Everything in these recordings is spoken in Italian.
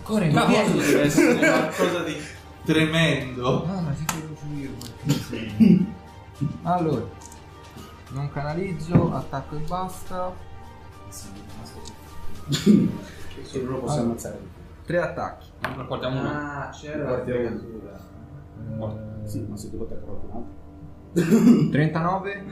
Ancora in Cavolo, piedi. deve essere qualcosa di tremendo. Ah, ma si può. Allora, non canalizzo, attacco e basta. Solo lo posso ammazzare. 3 attacchi. Non raccordiamo uno. Ah, c'era la fregatura. Sì, ma se devo attaccare qualcun altro. 39.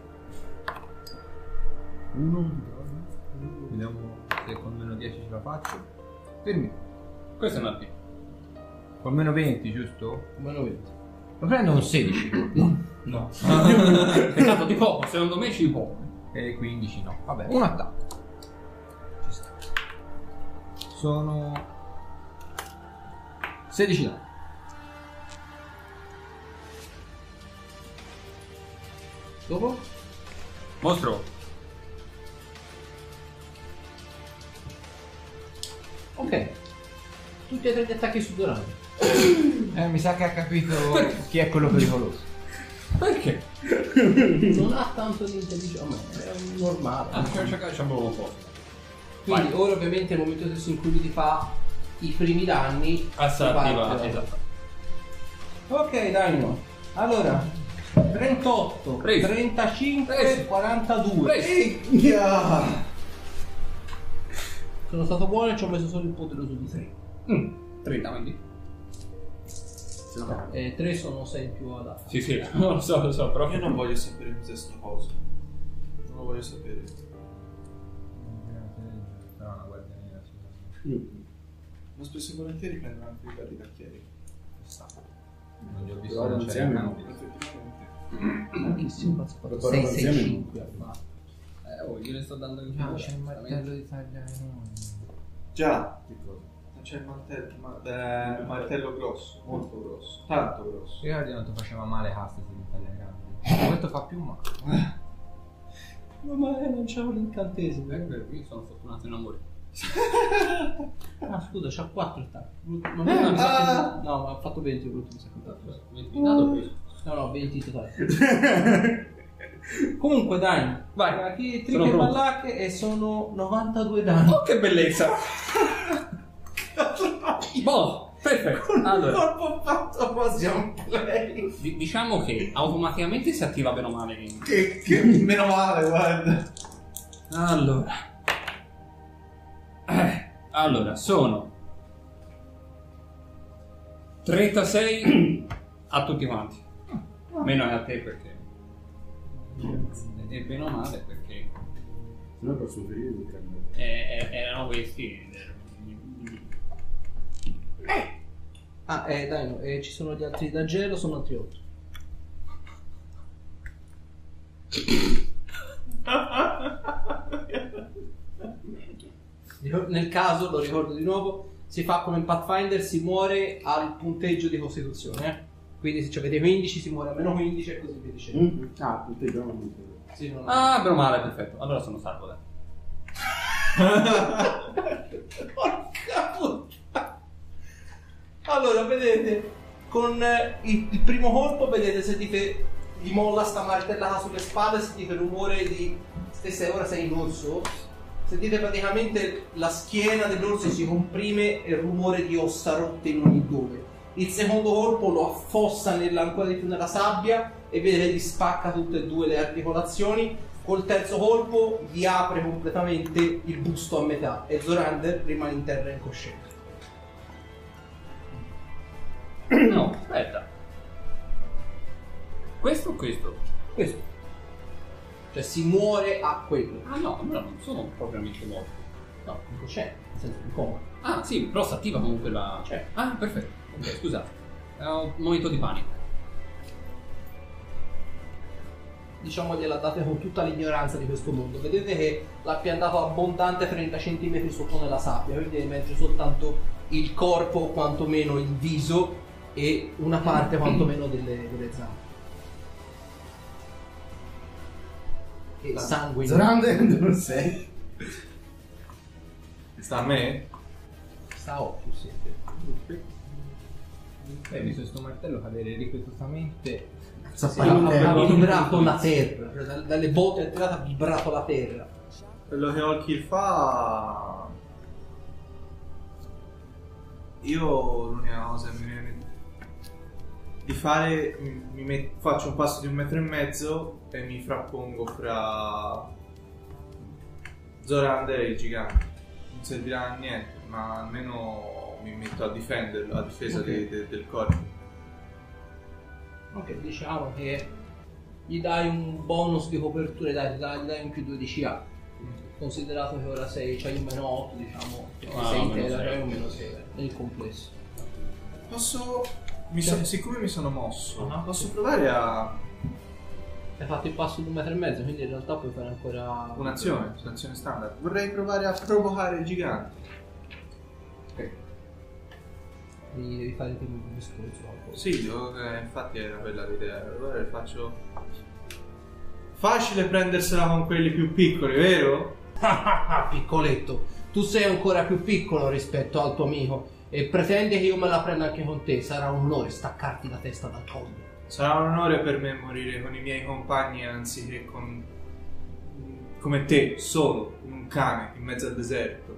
1. 1. Vediamo se con meno 10 ce la faccio. Fermi. Questo è un AP. Con meno 20, giusto? Meno 20. Lo prendo un 16. No. Peccato di poco, secondo me ci può. E 15 no. Vabbè, un attacco. Ci sta. Sono 16 danni. Dopo? Mostro. Ok. Tutti e tre gli attacchi su Dorante. Mi sa che ha capito chi è quello pericoloso. Perché? Non ha tanto di intelligenza, è un normale. Ah, c'avevo un po'. Quindi ora ovviamente nel momento stesso in cui lui ti fa i primi danni Si attiva, esatto. Ok, Dino. Allora 38, Preso. 35, Preso. 42. Preso. Sono stato buono e ci ho messo solo il poderoso di 3. 30 quindi. E 3 sono 6 in più ad Sì, sì, lo so, però. Io non voglio sapere cos'è sto coso. Non lo voglio sapere. Sarà una guardia nera sicuramente. Ma spesso e volentieri prendono anche i carri cacchieri. Non li ho visto Però lanciare insieme a no. campi. Effettivamente. Tantissimo, Però 6, 6, insieme 5. Io ne sto dando in Ah, c'è il martello di tagliare. Già, Che cosa? c'è il martello grosso, molto grosso, tanto grosso. Ricordi quanto faceva male Hast se li taglia grandi. Questo fa più male. Ma non c'avevo l'incantesimo. Io sono fortunato in amore. Ah scusa, c'ha 4 attacchi. No, ma ha fatto 20 l'ultimo secondo. 20 di dado ho preso. No, 20 in totale. Comunque dai, Vai. Qui Sono triche pronto. ballacche e sono 92 danni. Oh, che bellezza! Boh, perfetto. Allora, Corpo fatto quasi a un play. diciamo che automaticamente si attiva bene o male. Che meno male, guarda. Allora, sono 36 a tutti quanti. Meno a te perché. E bene o male perché Se no posso ferire di prendere. erano questi. Dai, ci sono gli altri da gelo, sono altri 8. Nel caso, lo ricordo di nuovo, si fa come in Pathfinder, si muore al punteggio di costituzione. Quindi se avete 15 si muore a meno 15 e così via dicendo. Ah, tutti giorni. Sì, non Ah, bene o male, perfetto. Allora sono salvo, dai. Porca puttana. Allora, vedete, con il primo colpo, vedete, sentite, gli molla sta martellata sulle spalle, sentite il rumore di... ora sei in orso, sentite praticamente la schiena dell'orso si comprime e il rumore di ossa rotte in ogni dove. Il secondo colpo lo affossa ancora di più nella sabbia e vedete gli spacca tutte e due le articolazioni. Col terzo colpo gli apre completamente il busto a metà e Zorander rimane in terra incosciente. No, aspetta. Questo o questo? Questo. Cioè si muore a quello. Ah no, allora non sono propriamente morto. No, incosciente, nel senso di coma. Ah sì, però si attiva comunque la... Cioè. Ah, perfetto. Ok, scusate. È un momento di panico. Diciamo gliela date con tutta l'ignoranza di questo mondo. Vedete che l'ha piantato abbondante 30 cm sotto nella sabbia, quindi emerge soltanto il corpo, o quantomeno il viso, e una parte quantomeno delle zampe. E sangue in Zorande, non sei. Sta a me? sta a occhio, sì. Visto questo martello cadere ripetutamente. Ha vibrato la terra, cioè, dalle botte attirate ha vibrato la terra. Quello che Olkir fa... Io l'unica cosa che mi viene di fare, faccio un passo di 1,5 metri e mi frappongo fra Zorander e il gigante. Non servirà a niente, ma almeno mi metto a difenderlo, a difesa del corpo. Ok, diciamo che gli dai un bonus di copertura, gli dai un più 2 di CA. Considerato che ora c'hai un meno 8, diciamo, perché sei intera, c'hai un meno 6 nel complesso. Posso... siccome mi sono mosso, posso provare Hai fatto il passo di 1,5 metri, quindi in realtà puoi fare ancora un'azione standard. Vorrei provare a provocare il gigante. Ok. Devi fare il primo discorso. Sì, infatti era quella l'idea. Allora faccio... Facile prendersela con quelli più piccoli, vero? Piccoletto, tu sei ancora più piccolo rispetto al tuo amico e pretendi che io me la prenda anche con te. Sarà un onore staccarti la testa dal collo. Sarà un onore per me morire con i miei compagni anziché come te, solo, un cane in mezzo al deserto.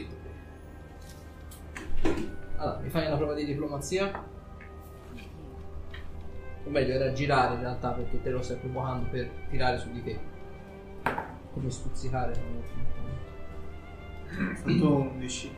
Allora, mi fai una prova di diplomazia? O meglio, era girare in realtà, perché te lo stai provocando per tirare su di te. Come stuzzicare. Fatto 11.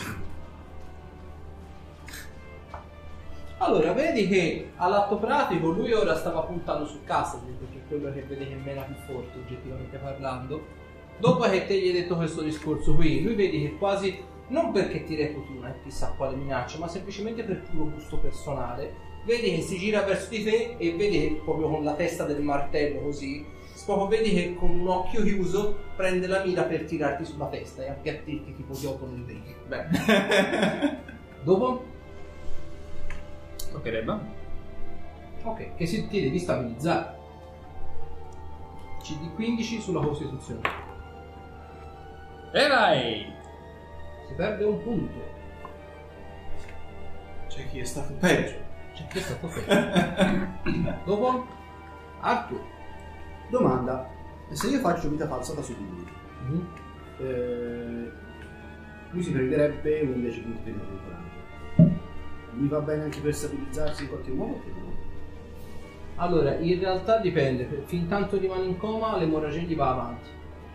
Allora, vedi che all'atto pratico lui ora stava puntando su Cassidy, perché è quello che vede che mena più forte, oggettivamente parlando. Dopo che te gli hai detto questo discorso qui, lui vedi che quasi, non perché ti reputi una chissà quale minaccia, ma semplicemente per puro gusto personale, vedi che si gira verso di te e vedi che proprio con la testa del martello così, proprio vedi che con un occhio chiuso prende la mira per tirarti sulla testa e appiattirti tipo Giotto nel vento. Bene. Dopo? Toccherebbe. Ok, che si ti devi stabilizzare. CD 15 sulla Costituzione. E vai! Si perde un punto. C'è chi è stato peggio. C'è chi è stato peggio. Dopo? Arthur. Domanda. E se io faccio vita falsa da su di lui? Lui si prenderebbe 11 punti di temporaneo. Mi va bene anche per stabilizzarsi in qualche modo? Allora, in realtà dipende. Fin tanto rimane in coma, l'emorragia gli va avanti.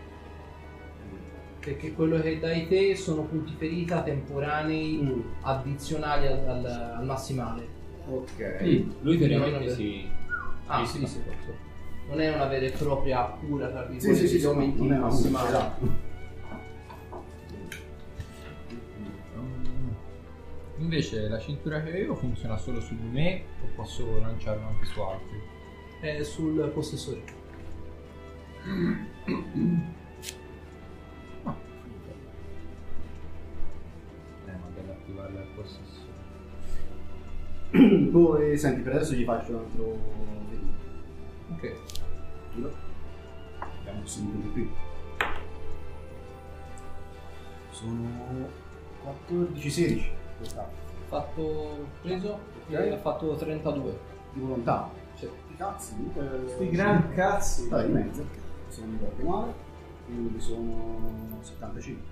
Perché quello che dai te sono punti ferita temporanei addizionali al massimale. Ok. Lui teoricamente si... Ah, sì, sì, forse. Non è una vera e propria cura tra Sì, gli aumenti non è una massimali. esatto. Invece la cintura che avevo funziona solo su di me o posso lanciarlo anche su altri? È sul possessore. No. Ma deve attivarla al possessore. Poi, senti, per adesso gli faccio un altro vedino. Ok. Abbiamo subito di qui. Sono 14-16. Fatto preso Ok. e ha fatto 32. Di volontà. Cioè, i cazzi. Sti gran cazzi. Dai, in mezzo. Se non mi ricordo male. Quindi sono 75.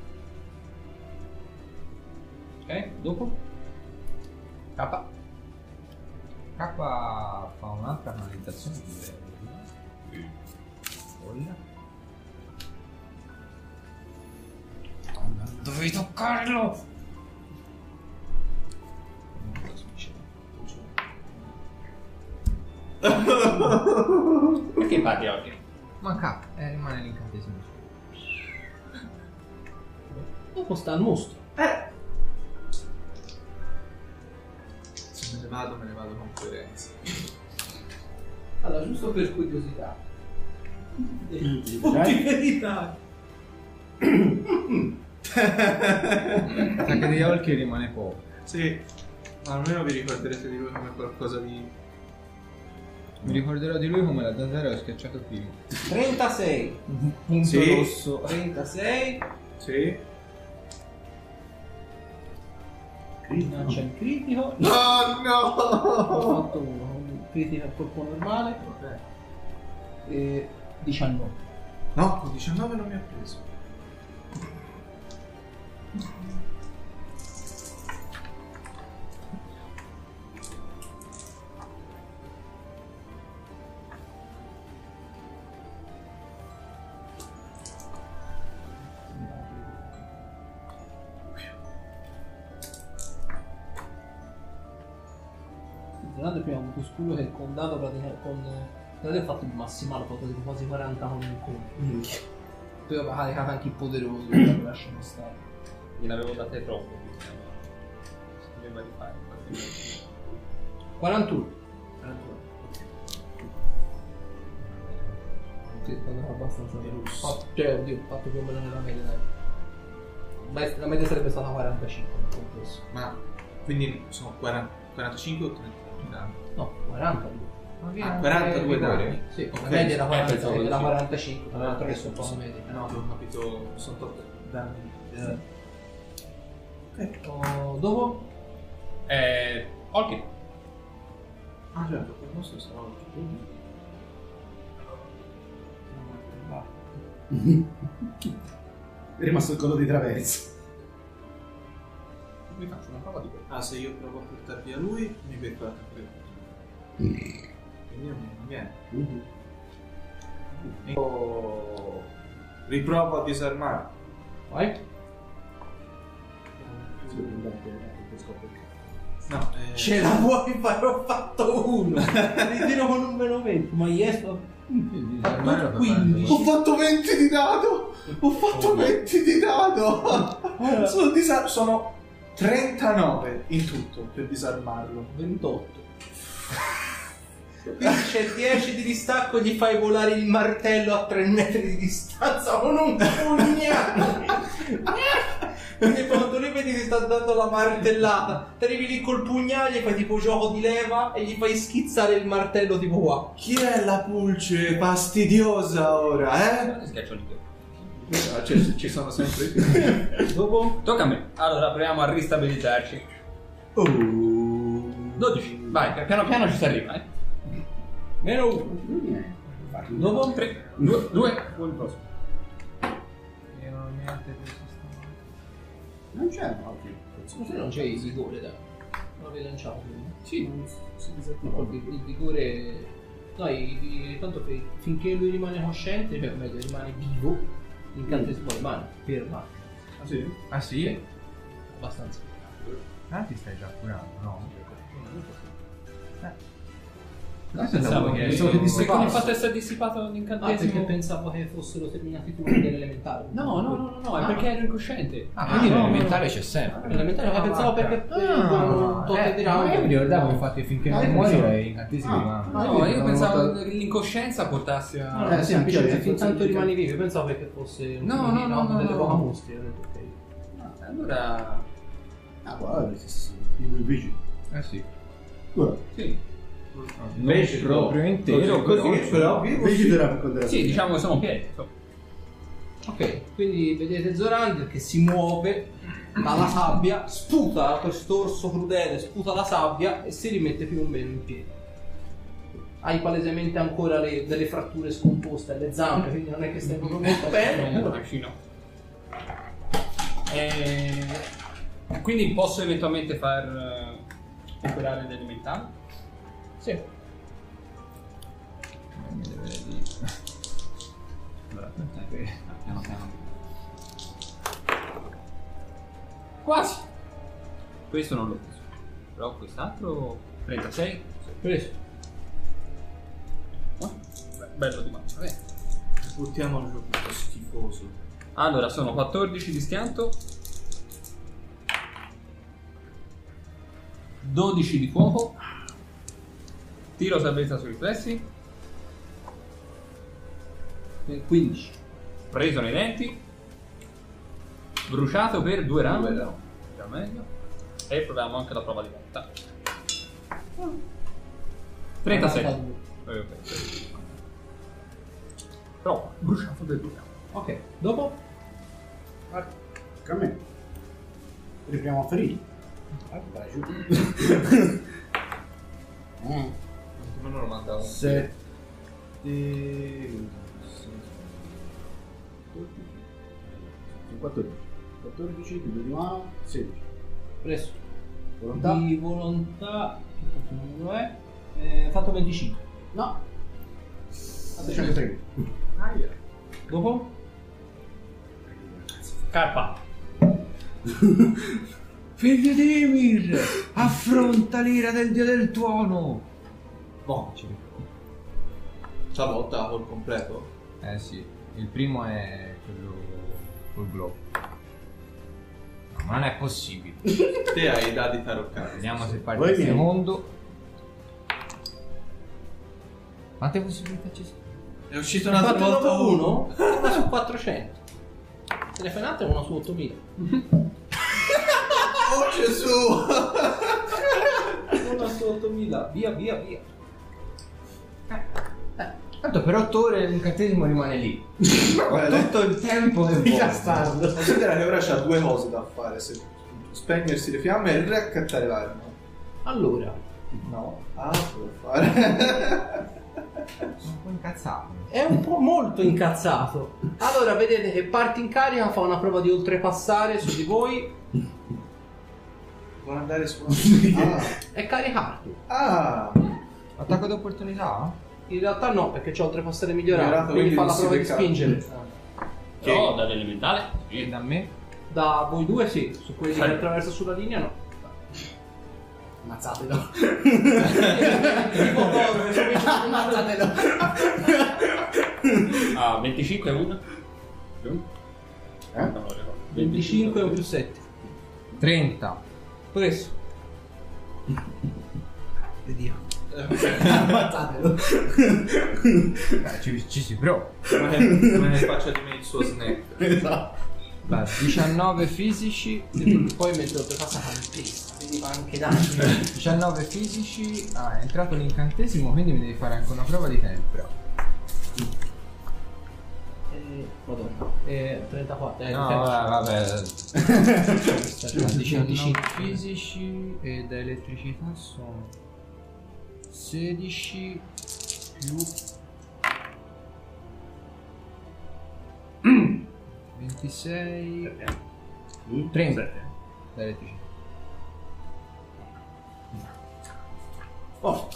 Ok, dopo? K. K fa un'altra canalizzazione di livello. Voglio. Dovevi toccarlo! Perché parli oggi? Manca, rimane l'incantesimo. Dopo sta il mostro. Se me ne vado con coerenza. Allora, giusto per curiosità. Punti verità. Anche di Hulk rimane poco. Sì, ma almeno vi ricorderete di lui come qualcosa di... Mi ricorderò di lui come la zanzara ho schiacciato prima. 36. Un punto Sì. rosso. 36. Sì? Non c'è il critico. No, Ho no! fatto un critico a colpo normale. E 19. No, con 19 non mi ha preso. Zonando prima Musculo che con dato praticamente con ho fatto il massimale, ho fatto tipo quasi 40 con il colpo. Poi ho caricato anche il poderoso, lo lasciamo stare. Gliene date troppo. Si doveva rifare. 41. Sì, è abbastanza veloce. Cioè, oddio, ho fatto più o meno nella media, dai. La media sarebbe stata 45 nel complesso. Ma quindi sono 45 o 30 danni? No, 42. Ah, 42 danni? Sì, Ok. la media era pensavo 40, era sì. 45, allora 3 sono un po' la media. No, ho capito, sono 8 danni. Ok, dopo? Olkin. Ah, certo, quel mostro sarà oggi. È rimasto il codo di traverso. Mi faccio una prova di quello. Ah, se io provo a portare via lui, mi becco la Quindi non viene. Riprovo a disarmare. Vai. No, Ce la vuoi fare? Ho fatto uno. Ritiro con un meno 20, ma yes. Fatto 15. Ho fatto 20 di dado! Ho fatto 20 di dado! Sono 39 in tutto per disarmarlo. 28. Quindi c'è 10 di distacco, gli fai volare il martello a 3 metri di distanza con un pugnale. Quindi quando lui vedi ti sta dando la martellata, ti arrivi lì col pugnale, gli fai tipo gioco di leva e gli fai schizzare il martello tipo qua. Chi è la pulce fastidiosa ora, Non schiaccio di più. Ci sono sempre. Dopo? Tocca a me. Allora proviamo a ristabilizzarci. 12. Vai, piano piano ci si arriva, eh. Meno 1. Dopo? 3, 2, 2. Buon prossimo. Io non ho niente di Non c'è, no, se non c'è il vigore, dai. Non l'avevi lanciato prima. Sì. Il vigore. No, tanto finché lui rimane cosciente, cioè meglio rimane vivo, l'incantesimo rimane ferma. Ah sì? Ah sì? Abbastanza. Ah, ti stai già curando, no? Pensavo che dissipasse. come il fatto essere dissipato Perché l'incantesimo. pensavo che fossero terminati tutti dell'elementare. No, è perché ero incosciente. Ah, quindi l'elementare c'è sempre. L'elementare, ma pensavo perché un tot di round. Io mi ricordavo infatti finché non muore i incantesimi rimangono. No, io pensavo che l'incoscienza portasse a... Sì, anche se fin tanto rimani vivo, pensavo perché fosse un No. delle poche mostri. Allora... Ah, guarda, sì. Invece. Eh sì. Guarda. Sì. Invece proprio intero. Così, però vivo. Invece era per contare. Sì, diciamo che sono piedi. Ok, quindi vedete Zorander che si muove dalla sabbia, sputa questo orso crudele, sputa la sabbia e si rimette più o meno in piedi. Hai palesemente ancora delle fratture scomposte alle zampe, quindi non è che stai proprio molto bene. Non vicino. Quindi posso eventualmente far recuperare degli elementali? Sì. Allora, piano piano. Quasi. Questo non l'ho preso. Però quest'altro 36. Preso. Bello di mangiare. Buttiamo giù questo schifoso. Allora, sono 14 di schianto. 12 di fuoco. Tiro salvezza sui riflessi. 15. Preso nei denti. Bruciato per 2 round. Già meglio. E proviamo anche la prova di volta. 36. Ok. Però bruciato per 2 round. Ok, dopo? Tocca a me. Riproviamo a ferire. Vai giù. Come non lo mandavo? 7 14 14 di mano 16 Preso. volontà Di volontà. Che numero è? Fatto 25. no adesso c'è 3 Dopo? Carpa. Figlio di Ymir, affronta l'ira del dio del tuono. Boh, Stavolta col completo. eh sì, il primo è quello col globo. No, ma non è possibile. Te hai i dadi taroccati. Vediamo se parte Poi il vieni. secondo. Quante possibilità ci sono? È uscito un'altra Fate volta uno, uno su 400. Se ne frenate uno su 8000. Oh Gesù! Uno su 8000. Via. Tanto per 8 ore l'incantesimo rimane lì. Tutto il tempo che vuole. Bastardo. Considera che ora c'ha due cose da fare: spegnersi le fiamme e riaccattare l'arma. Allora, No, può fare. Sono un po' incazzato. è un po' molto incazzato. Allora, vedete che parte in carica, fa una prova di oltrepassare su di voi Vuole andare su. e caricarti. Attacco d'opportunità? In realtà no, perché c'è oltrepassare Migliorato, migliorato, quindi fa la quindi prova di si becca. spingere. No, dall'elementale? E da me? Da voi due sì, su quelli che attraversa sulla linea no. Ammazzatelo. Tipo loro, Ammazzatelo. Ah, 25 è uno? Eh? Non lo ricordo. 25 o più 7. 30. Preso. Vediamo. Ammazzatelo. Ci si prova. Come faccia di me il suo snack. Esatto. 19 fisici. Poi mentre oltrepassa fa il pista, quindi fa anche danni. 19 fisici. Ah, è entrato l'incantesimo, quindi mi devi fare anche una prova di tempra. Madonna. 34. No, vabbè. 19 fisici ed elettricità sono 16 più 26 30 elettricità. Oh,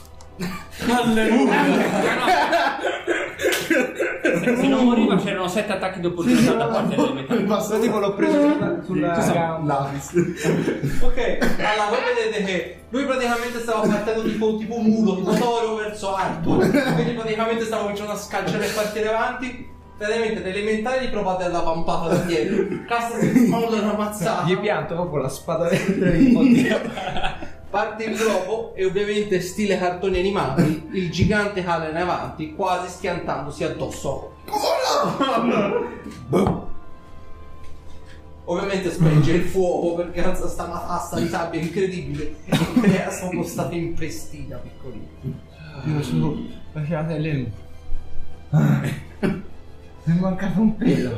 Se non moriva c'erano 7 attacchi d'opportunità da parte dell'elementare. Basta tipo l'ho preso sulla gamba. ok, allora voi vedete che lui praticamente stava partendo tipo mulo, tipo toro verso alto. Quindi praticamente stava cominciando a scalciare e partire avanti. Praticamente le elementari provate alla pampata da dietro. Cassa si molla una mazzata. Gli pianto proprio la spada dentro il Parte il globo e ovviamente stile cartoni animati il gigante cala in avanti quasi schiantandosi addosso. Ovviamente spenge il fuoco perché alza sta matassa di sabbia incredibile e crea sono state impestite piccolino. Io sono lasciate le mi è mancato un pelo.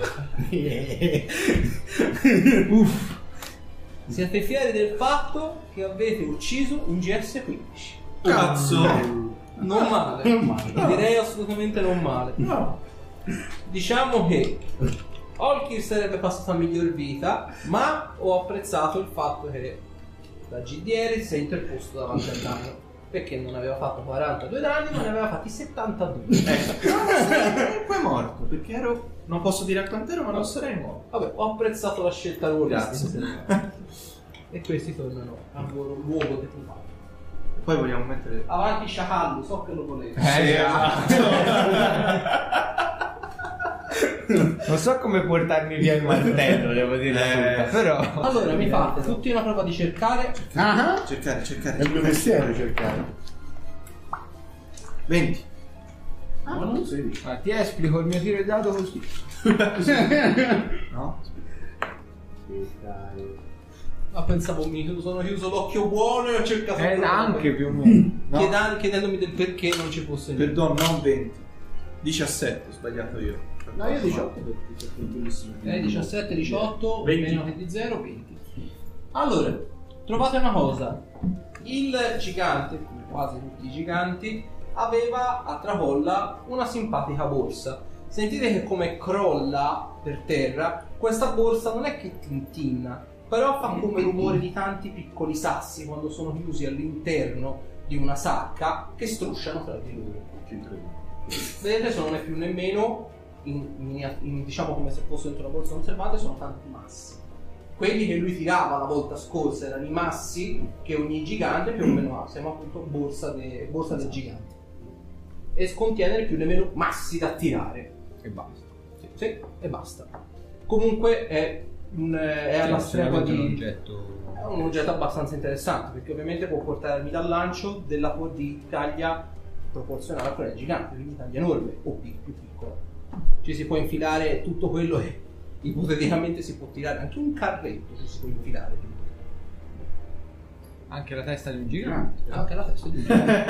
Uff. Siete fieri del fatto che avete ucciso un GS15. Cazzo! Non male. Direi assolutamente non male. No. Diciamo che Olkir sarebbe passata a miglior vita, ma ho apprezzato il fatto che la GDR si è interposto davanti al danno. Perché non aveva fatto 42 danni, ma ne aveva fatti 72. Poi è morto, perché ero. Non posso dire a quant'ero, ma non sarei morto. Vabbè, ho apprezzato la scelta ruolistica. Grazie. E questi tornano al loro luogo deturpato. Poi vogliamo mettere. Avanti Shahallu, so che lo volete. Non so come portarmi via il martello, devo dire tutta, però. Allora mi fate tutti una prova di cercare. Ah, Cercare. è il mio mestiere cercare. 20. Ma non 16. Ma ti esplico il mio tiro è dato così. No? Ma pensavo mi sono chiuso l'occhio buono e ho cercato Anche più o meno. No? chiedendomi del perché non ci fosse niente. Perdono, non 20. 17, ho sbagliato io. No, io 18 perché sono bellissimo. 17, 18, 20. meno che di 0, 20. Allora, trovate una cosa. Il gigante, come quasi tutti i giganti, aveva a tracolla una simpatica borsa. Sentite che come crolla per terra, questa borsa non è che tintinna, però fa come rumore di tanti piccoli sassi quando sono chiusi all'interno di una sacca che strusciano fra di loro. Vedete, se non è più nemmeno diciamo come se fosse dentro una borsa conservata, sono tanti massi. quelli che lui tirava la volta scorsa erano i massi che ogni gigante più o meno ha. Siamo appunto borsa del gigante. E contiene più o meno massi da tirare. E basta. Sì, e basta. Comunque è alla stregua di... È un oggetto abbastanza interessante, perché ovviamente può portare armi dal lancio di taglia proporzionale a quella del gigante, quindi taglia enorme o più piccola. Ci si può infilare tutto quello che ipoteticamente si può tirare, anche un carretto si può infilare. Anche la testa di un gigante. Anche la testa di un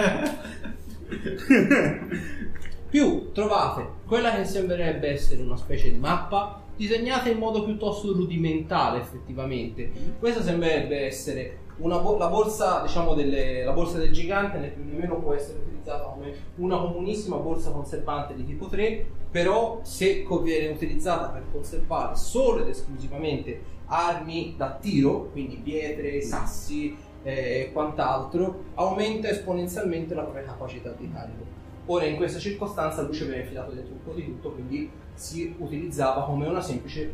gigante. Più trovate quella che sembrerebbe essere una specie di mappa disegnata in modo piuttosto rudimentale effettivamente. Questa sembrerebbe essere la borsa, diciamo, la borsa del gigante, né più né meno può essere utilizzata come una comunissima borsa conservante di tipo 3, però se viene utilizzata per conservare solo ed esclusivamente armi da tiro, quindi pietre, sassi e quant'altro, aumenta esponenzialmente la propria capacità di carico. Ora in questa circostanza lui ci aveva infilato dentro un po' di tutto, quindi si utilizzava come una semplice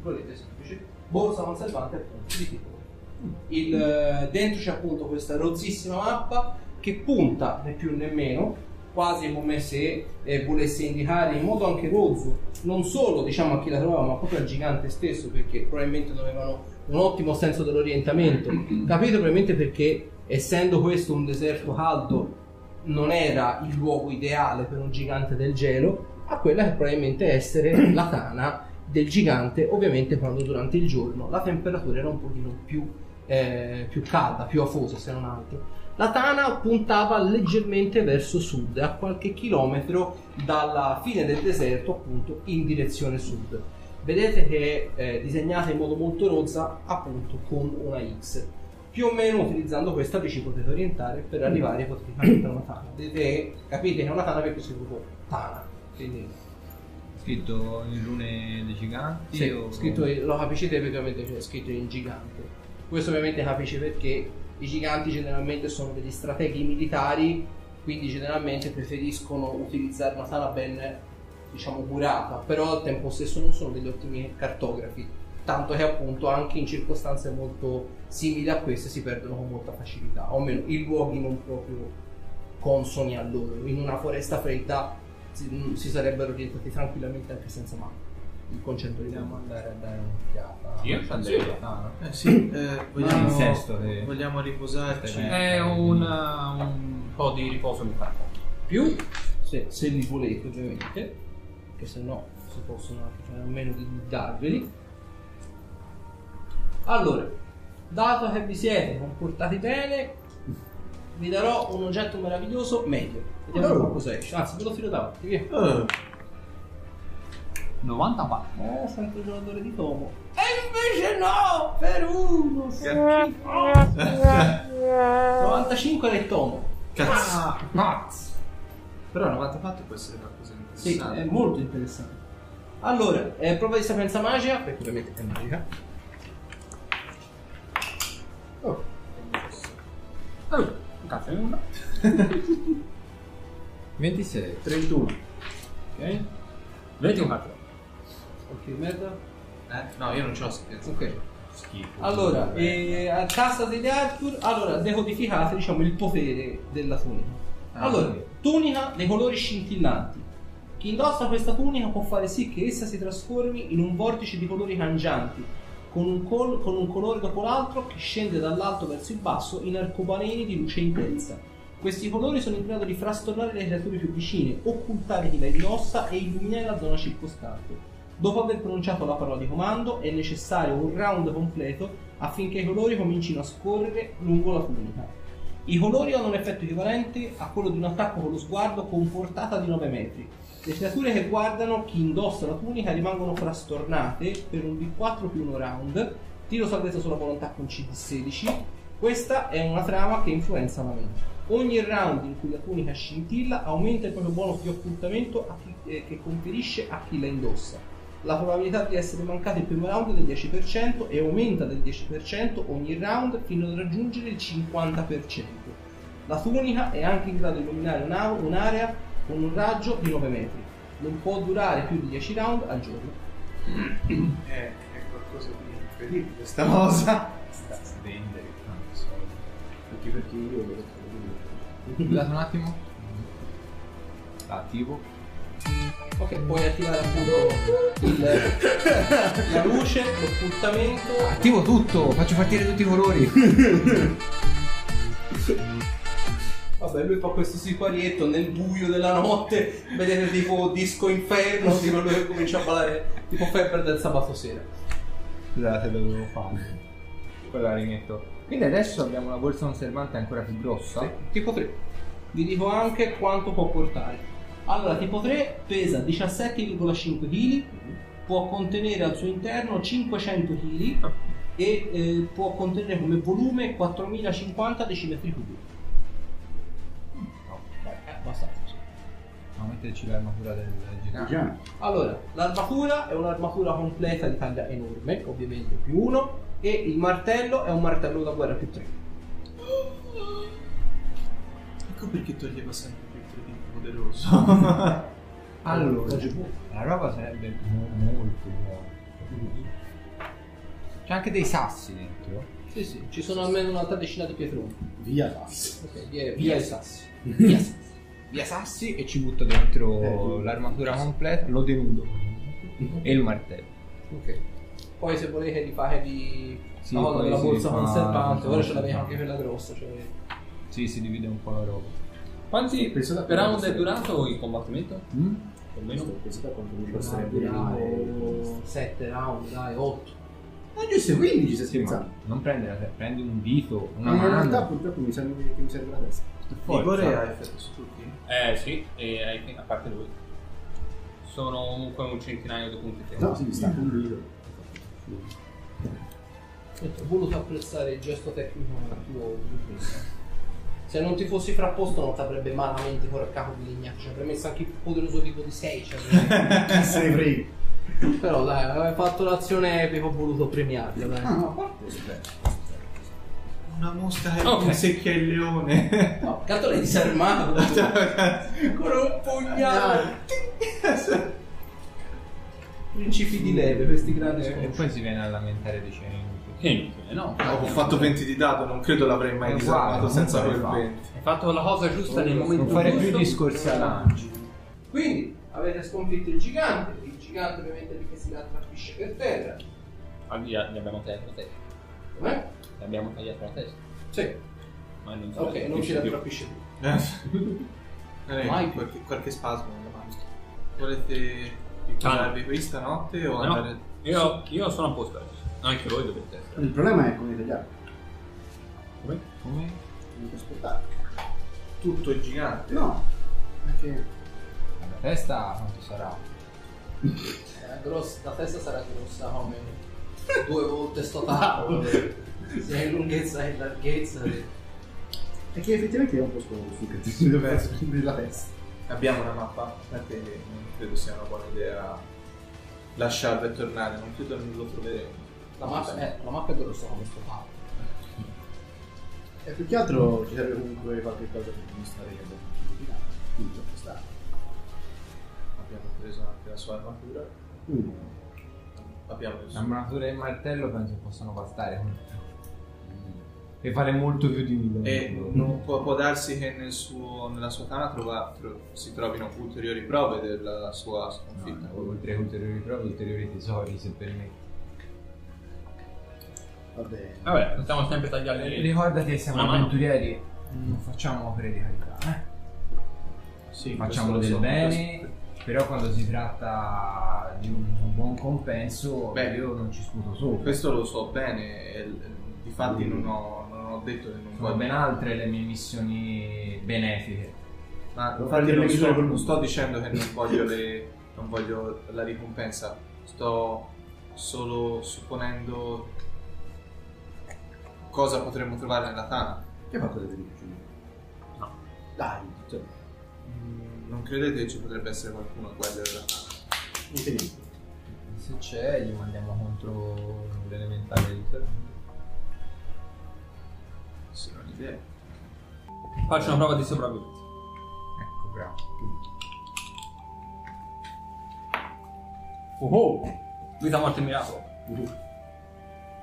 borsa conservante appunto di tipo. Dentro c'è appunto questa rozzissima mappa che punta né più né meno, quasi come se volesse indicare in modo anche rozzo non solo diciamo a chi la trovava, ma proprio al gigante stesso, perché probabilmente non avevano un ottimo senso dell'orientamento. Capito? Probabilmente perché essendo questo un deserto caldo non era il luogo ideale per un gigante del gelo, a quella che probabilmente essere la tana del gigante, ovviamente quando durante il giorno la temperatura era un pochino più calda, più afosa se non altro. La tana puntava leggermente verso sud, a qualche chilometro dalla fine del deserto appunto in direzione sud. Vedete che è disegnata in modo molto rozza appunto con una X. Più o meno utilizzando questa vi ci potete orientare per arrivare ipoteticamente a una tana. Capite che è una tana perché si chiama tana. Quindi scritto in rune dei giganti? sì, o... scritto, lo capisci perché ovviamente c'è scritto in gigante. Questo ovviamente capisci perché i giganti generalmente sono degli strateghi militari, quindi generalmente preferiscono utilizzare una tana ben, diciamo, curata, però al tempo stesso non sono degli ottimi cartografi, tanto che appunto anche in circostanze molto simili a queste si perdono con molta facilità, o almeno in luoghi non proprio consoni a loro. In una foresta fredda si sarebbero orientati tranquillamente anche senza mappa. Il concetto di Dobbiamo andare a dare un'occhiata. Io andrei sì, vogliamo, insesto vogliamo riposarci. È un po' di riposo mi fa. più se li volete ovviamente, perché se no si possono anche fare a meno di darveli. Allora, dato che vi siete comportati bene, vi darò un oggetto meraviglioso medio. Vediamo un po' cosa esce. Anzi, ve lo tiro davanti, via. 94. Sempre giocatore di Tomo. E invece no! Per uno! 95 era il Tomo. Cazzo. Però 94 può essere qualcosa di Sì, interessante. è molto interessante. Allora, prova di sapienza magica, perché ovviamente è magica. Oh, cazzo, è una. 26. 31. Ok? 24. Ok, merda. No, io non ce l'ho sapienza. Ok. Schifo. Allora, a casa di Arthur, allora decodificate diciamo il potere della tunica. Allora, tunica dei colori scintillanti. Chi indossa questa tunica può fare sì che essa si trasformi in un vortice di colori cangianti, con un colore dopo l'altro che scende dall'alto verso il basso in arcobaleni di luce intensa. Questi colori sono in grado di frastornare le creature più vicine, occultare chi la indossa e illuminare la zona circostante. Dopo aver pronunciato la parola di comando è necessario un round completo affinché i colori comincino a scorrere lungo la tunica. I colori hanno un effetto equivalente a quello di un attacco con lo sguardo con portata di 9 metri. Le creature che guardano chi indossa la tunica rimangono frastornate per un D4 più 1 round, tiro salvezza sulla volontà con CD16. Questa è una trama che influenza la mente. Ogni round in cui la tunica scintilla aumenta il proprio bonus di occultamento che conferisce a chi la indossa. La probabilità di essere mancati il primo round è del 10% e aumenta del 10% ogni round fino ad raggiungere il 50%. La tunica è anche in grado di illuminare un'area con un raggio di 9 metri. Non può durare più di 10 round al giorno. È qualcosa di incredibile questa cosa. Sta a vendere tanti soldi. Anche perché io l'ho detto. Scusate un attimo. Attivo. Ok, puoi attivare appunto la luce, l'occultamento. Attivo tutto, faccio partire tutti i colori. Vabbè, lui fa questo siparietto nel buio della notte. Vedete tipo disco inferno, tipo lui che comincia a ballare tipo febbre del sabato sera. Scusate, dovevo fare. Poi la rimetto. Quindi adesso abbiamo una borsa conservante ancora più grossa. Tipo 3. Vi dico anche quanto può portare. Allora, tipo 3 pesa 17,5 kg, può contenere al suo interno 500 kg e può contenere come volume 4050 decimetri cubi. No, dai. Abbastanza. Sì. Ma metterci l'armatura del gigante. Già. Allora, l'armatura è un'armatura completa di taglia enorme, ovviamente più 1, e il martello è un martello da guerra più 3. Ecco perché toglieva sempre più poderoso. Allora, la roba sarebbe molto buona. C'è anche dei sassi dentro. Sì, sì, ci sono almeno un'altra decina di pietroni. Via Tassi. Ok, via i sassi. Via sassi. Via sassi e ci butto dentro l'armatura completa, lo denudo. E il martello. Ok. Poi se volete li fate di Sì, la cosa poi della si borsa fa- conservante, ora ce l'avete anche quella grossa. Cioè... Sì, si divide un po' la roba. Quanti Penso da per quanto round è sei. durato il combattimento? Mm? Più o meno? Pensate a quanto mi Dai, costerebbe rimane. 7 round, dai, 8. Ah, giusto, 15 stai Sì, ma scherzando. non prendere, prendi un dito, una Ma in realtà mano. purtroppo mi serve che mi serve la testa. Vigore ha effetto su tutti? Sì, e a parte lui. Sono comunque un centinaio di punti tempo. No, sì, mi sta con lui. Ho voluto apprezzare il gesto tecnico tuo. Se non ti fossi frapposto non ti avrebbe malamente corcato di legnate, ci avrei messo anche il poderoso tipo di 6. Chi se ne frega. Però dai, avevi fatto l'azione epica, ho voluto premiarla, dai. Ah, no, qua. Aspetta. Una mosca che Ok. secchia il leone. No, cazzo l'hai disarmato con un pugnale. Principi di leve, questi grandi E sconosciuti. poi si viene a lamentare dei ceni inutili. Che inutile, no? Ho fatto 20 di dado, non credo l'avrei mai È disarmato uguale, senza comunque quel lo 20. Hai fatto la cosa giusta nel momento Non fare più giusto. discorsi a lancio. Quindi avete sconfitto il gigante ovviamente lì che si rattrapisce per terra. Ah, via, gli abbiamo tagliato la testa. Com'è? Gli abbiamo tagliato la testa. Sì. Ma non si Ok, non si rattrapisce più. rattrapisce più. Mai più. Qualche spasmo nella mano. Volete piccolarvi qui stanotte o No, andare... io sono a posto adesso. Anche voi dovete essere. Il problema è come tagliare. Come? Non puoi aspettare. Tutto il gigante? No, perché La testa quanto sarà? La testa sarà grossa come 2 volte sto tavolo. Sia in lunghezza che in larghezza. è che effettivamente è un po' scomodo su che ti deve essere nella testa. Abbiamo una mappa, perché non credo sia una buona idea lasciarlo e tornare, non credo non lo troveremo. La mappa è grossa come sto tavolo. E più che altro ci serve comunque qualche cosa per dimostrare che abbiamo finito. Quindi ci sta. Abbiamo preso anche la sua armatura. Abbiamo preso... L'armatura e il martello penso possano bastare. E fare molto più di 1000. E non può darsi che nella sua tana si trovino ulteriori prove della sua sconfitta. Oltre a ulteriori prove, ulteriori tesori, se permetti. Va bene. Vabbè, possiamo sempre tagliare le Ricordati che siamo Una mano. avventurieri, non facciamo opere di carità, Sì, facciamo questo del lo so, bene, però quando si tratta di un buon compenso, Beh, io non ci sputo sopra. Questo lo so bene, difatti non ho detto che non Sono voglio... ben altre le mie missioni benefiche. Ma Devo infatti fare le misure col non sto dicendo che non voglio la ricompensa, sto solo supponendo cosa potremmo trovare nella tana. Che fa cosa devi fare? No. Dai, cioè, Non credete che ci potrebbe essere qualcuno a guardare la tana? niente niente. Se c'è, gli mandiamo contro l'elementare di Ferrando. Se non idea. Faccio una prova di sopravvivenza. Ecco, bravo. Oh! Vita morte miracolo.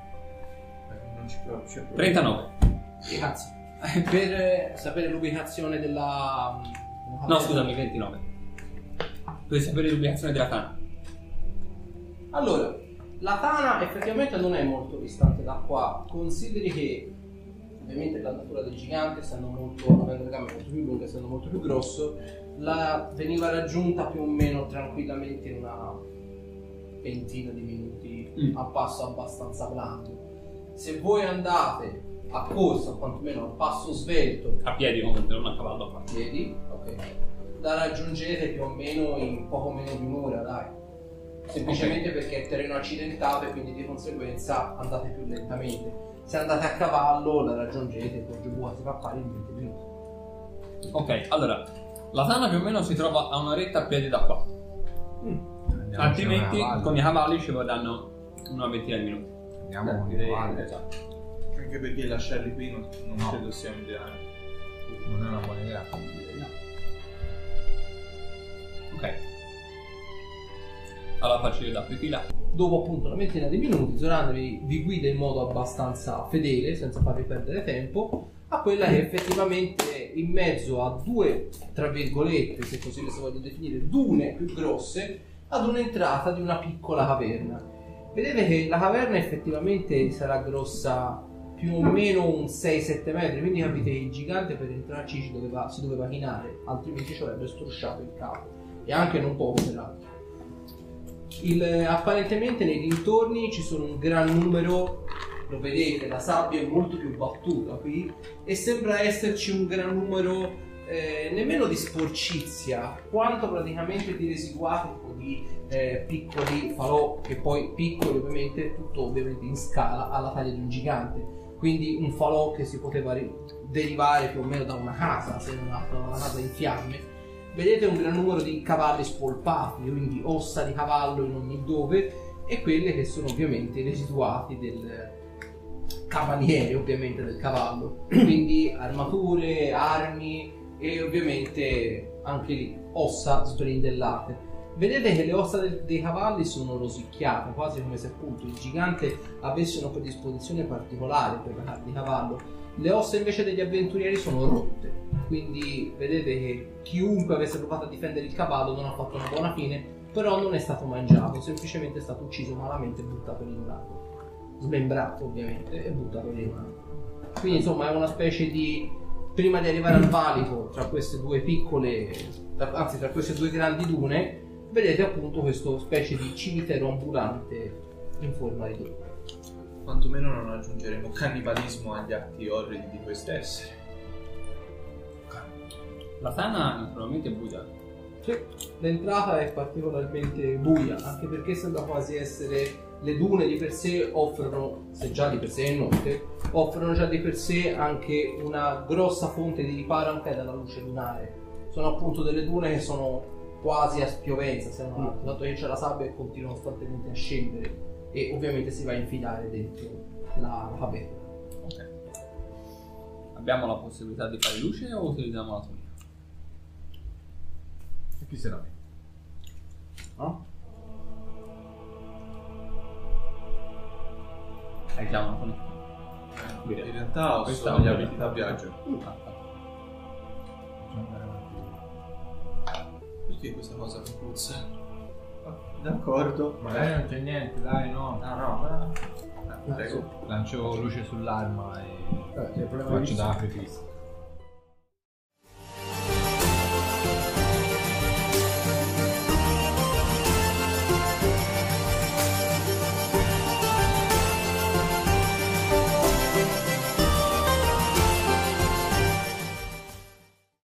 C'è 39. Cazzo. Per sapere l'ubicazione della... No, scusami, 29. Per sapere l'ubicazione della tana. Allora, la tana effettivamente non è molto distante da qua. Consideri che ovviamente la natura del gigante, avendo le gambe molto più lunghe, essendo molto più grosso, veniva raggiunta più o meno tranquillamente in una ventina di minuti a passo abbastanza blando. Se voi andate a corsa, o quantomeno a passo svelto, A piedi comunque, non a cavallo a piedi, ok, la raggiungete più o meno in poco meno di un'ora, dai. Semplicemente perché è terreno accidentato e quindi di conseguenza andate più lentamente. Se andate a cavallo la raggiungete con giù quasi pappari in 20 minuti. Ok, allora, la tana più o meno si trova a un'oretta a piedi da qua. Altrimenti con i cavalli ci vorranno una ventina di minuti. Andiamo con i Direi- cavalli. esatto. Anche perché lasciarli qui non No. credo sia ideale. Non è una buona idea. Ok. Allora faccio io da qui là. Dopo appunto una ventina di minuti Zoran vi guida in modo abbastanza fedele, senza farvi perdere tempo, a quella che effettivamente in mezzo a due, tra virgolette, se così le si voglio definire, dune più grosse, ad un'entrata di una piccola caverna. Vedete che la caverna effettivamente sarà grossa più o meno un 6-7 metri, quindi capite che il gigante per entrarci si doveva chinare, altrimenti ci avrebbe strusciato il capo, e anche non poco peraltro. Apparentemente nei dintorni ci sono un gran numero, lo vedete, la sabbia è molto più battuta qui e sembra esserci un gran numero nemmeno di sporcizia quanto praticamente di residuati di piccoli falò, che poi piccoli ovviamente, tutto ovviamente in scala alla taglia di un gigante, quindi un falò che si poteva derivare più o meno da una casa, se non altro da una casa in fiamme. Vedete un gran numero di cavalli spolpati, quindi ossa di cavallo in ogni dove, e quelle che sono ovviamente i residuati del cavaliere, ovviamente del cavallo, quindi armature, armi e ovviamente anche lì ossa sbrindellate. Vedete che le ossa dei cavalli sono rosicchiate, quasi come se appunto il gigante avesse una predisposizione particolare per la carne di cavallo. Le ossa invece degli avventurieri sono rotte, quindi vedete che chiunque avesse provato a difendere il cavallo non ha fatto una buona fine, però non è stato mangiato, semplicemente è stato ucciso malamente e buttato in un lago, smembrato ovviamente e buttato in un lago. Quindi insomma è una specie di, prima di arrivare al valico tra queste due piccole, anzi tra queste due grandi dune, vedete appunto questo specie di cimitero ambulante in forma di dune. Quantomeno non aggiungeremo cannibalismo agli atti orridi di questi esseri. La tana naturalmente è buia. Sì, l'entrata è particolarmente buia, anche perché sembra quasi essere, le dune di per sé offrono, se già di per sé è notte, offrono già di per sé anche una grossa fonte di riparo anche dalla luce lunare. Sono appunto delle dune che sono quasi a spiovenza, se non altro, dato che c'è la sabbia e continua costantemente a scendere e ovviamente si va a infilare dentro la caverna. Ok. Abbiamo la possibilità di fare luce o utilizziamo la tunica? E chi se la mette? No? Hai già una tunica? In realtà ho Questa solo gli è abiti da viaggio. Perché questa cosa mi puzza? D'accordo. Magari non c'è niente, dai, no. No, prego. Lancio luce sull'arma e C'è il problema faccio da apripista.